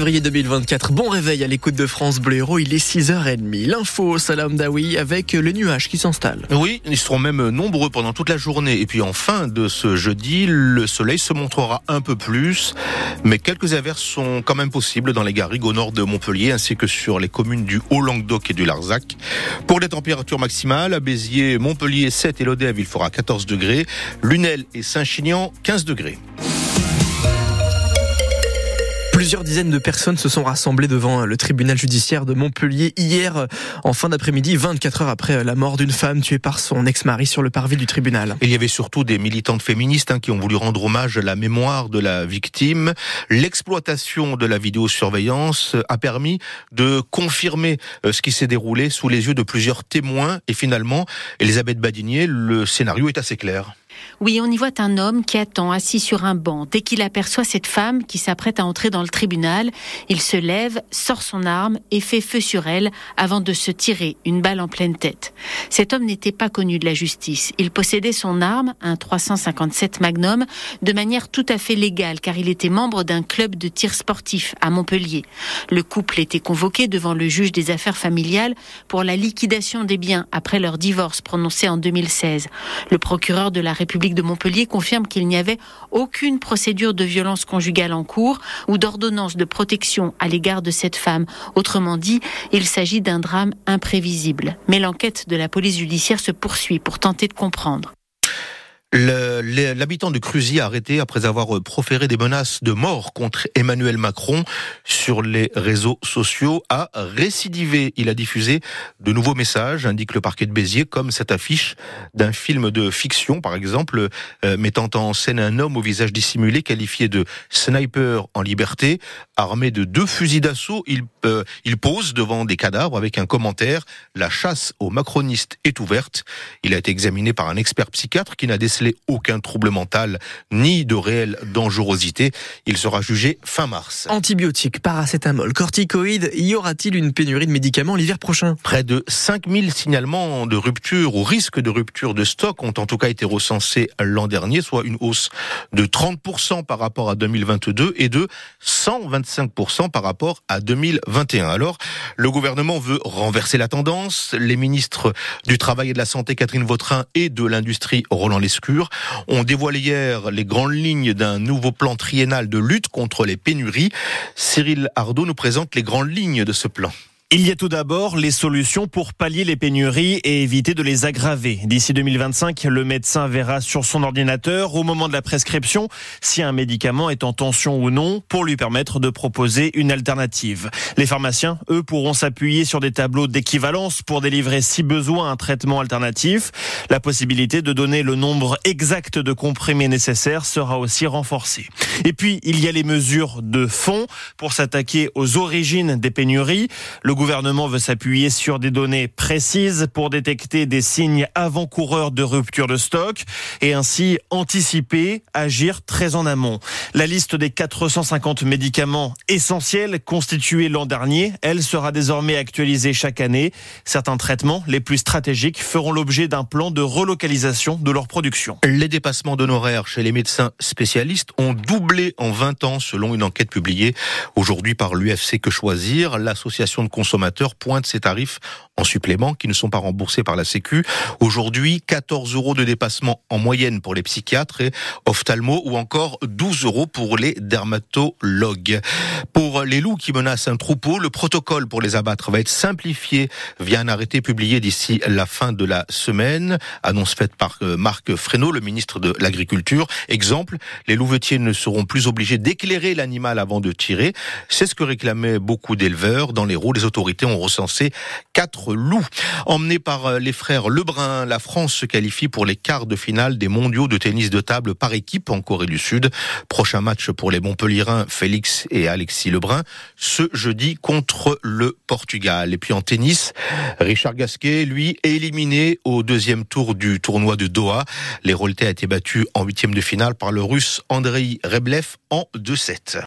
février 2024. Bon réveil à l'écoute de France Bleu Héros, il est 6h30. L'info, Salam Daoui, avec les nuages qui s'installent. Oui, ils seront même nombreux pendant toute la journée. Et puis en fin de ce jeudi, le soleil se montrera un peu plus. Mais quelques averses sont quand même possibles dans les garrigues au nord de Montpellier, ainsi que sur les communes du Haut-Languedoc et du Larzac. Pour les températures maximales, à Béziers, Montpellier 7 et Lodève, il fera 14 degrés. Lunel et Saint-Chinian, 15 degrés. Plusieurs dizaines de personnes se sont rassemblées devant le tribunal judiciaire de Montpellier hier en fin d'après-midi, 24 heures après la mort d'une femme tuée par son ex-mari sur le parvis du tribunal. Il y avait surtout des militantes féministes qui ont voulu rendre hommage à la mémoire de la victime. L'exploitation de la vidéosurveillance a permis de confirmer ce qui s'est déroulé sous les yeux de plusieurs témoins. Et finalement, Elisabeth Badinier, le scénario est assez clair. Oui, on y voit un homme qui attend assis sur un banc. Dès qu'il aperçoit cette femme qui s'apprête à entrer dans le tribunal, il se lève, sort son arme et fait feu sur elle avant de se tirer une balle en pleine tête. Cet homme n'était pas connu de la justice. Il possédait son arme, un 357 Magnum, de manière tout à fait légale car il était membre d'un club de tir sportif à Montpellier. Le couple était convoqué devant le juge des affaires familiales pour la liquidation des biens après leur divorce prononcé en 2016. Le procureur de la République de Montpellier confirme qu'il n'y avait aucune procédure de violence conjugale en cours ou d'ordonnance de protection à l'égard de cette femme. Autrement dit, il s'agit d'un drame imprévisible. Mais l'enquête de la police judiciaire se poursuit pour tenter de comprendre. L'habitant de Cruzy arrêté après avoir proféré des menaces de mort contre Emmanuel Macron sur les réseaux sociaux a récidivé. Il a diffusé de nouveaux messages, indique le parquet de Béziers, comme cette affiche d'un film de fiction, par exemple, mettant en scène un homme au visage dissimulé qualifié de sniper en liberté, armé de 2 fusils d'assaut. Il pose devant des cadavres avec un commentaire « La chasse aux macronistes est ouverte ». Il a été examiné par un expert psychiatre qui n'a décelé aucun trouble mental ni de réelle dangerosité. Il sera jugé fin mars. Antibiotiques, paracétamol, corticoïdes, y aura-t-il une pénurie de médicaments l'hiver prochain ? Près de 5000 signalements de rupture ou risque de rupture de stock ont en tout cas été recensés l'an dernier, soit une hausse de 30% par rapport à 2022 et de 125% par rapport à 2021. Alors, le gouvernement veut renverser la tendance. Les ministres du Travail et de la Santé, Catherine Vautrin, et de l'Industrie, Roland Lescure, ont dévoilé hier les grandes lignes d'un nouveau plan triennal de lutte contre les pénuries. Cyril Ardo nous présente les grandes lignes de ce plan. Il y a tout d'abord les solutions pour pallier les pénuries et éviter de les aggraver. D'ici 2025, le médecin verra sur son ordinateur, au moment de la prescription, si un médicament est en tension ou non, pour lui permettre de proposer une alternative. Les pharmaciens, eux, pourront s'appuyer sur des tableaux d'équivalence pour délivrer, si besoin, un traitement alternatif. La possibilité de donner le nombre exact de comprimés nécessaires sera aussi renforcée. Et puis, il y a les mesures de fond pour s'attaquer aux origines des pénuries. Le gouvernement veut s'appuyer sur des données précises pour détecter des signes avant-coureurs de rupture de stock et ainsi anticiper, agir très en amont. La liste des 450 médicaments essentiels constitués l'an dernier, elle sera désormais actualisée chaque année. Certains traitements, les plus stratégiques, feront l'objet d'un plan de relocalisation de leur production. Les dépassements d'honoraires chez les médecins spécialistes ont doublé en 20 ans selon une enquête publiée aujourd'hui par l'UFC Que Choisir. L'association de consommateurs pointe ces tarifs en supplément qui ne sont pas remboursés par la Sécu. Aujourd'hui, 14 € de dépassement en moyenne pour les psychiatres et ophtalmos ou encore 12 € pour les dermatologues. Pour les loups qui menacent un troupeau, le protocole pour les abattre va être simplifié via un arrêté publié d'ici la fin de la semaine. Annonce faite par Marc Fesneau, le ministre de l'Agriculture. Exemple, les louvetiers ne seront plus obligés d'éclairer l'animal avant de tirer. C'est ce que réclamaient beaucoup d'éleveurs. Dans l'Hérault, les autorités ont recensé 4 loups. Emmenés par les frères Lebrun, la France se qualifie pour les quarts de finale des mondiaux de tennis de table par équipe en Corée du Sud. Prochain match pour les Montpelliérains Félix et Alexis Lebrun ce jeudi contre le Portugal. Et puis en tennis, Richard Gasquet, lui, est éliminé au 2e tour du tournoi de Doha. L'Héraultais a été battu en 8e de finale par le Russe Andrei Rublev en 2-7.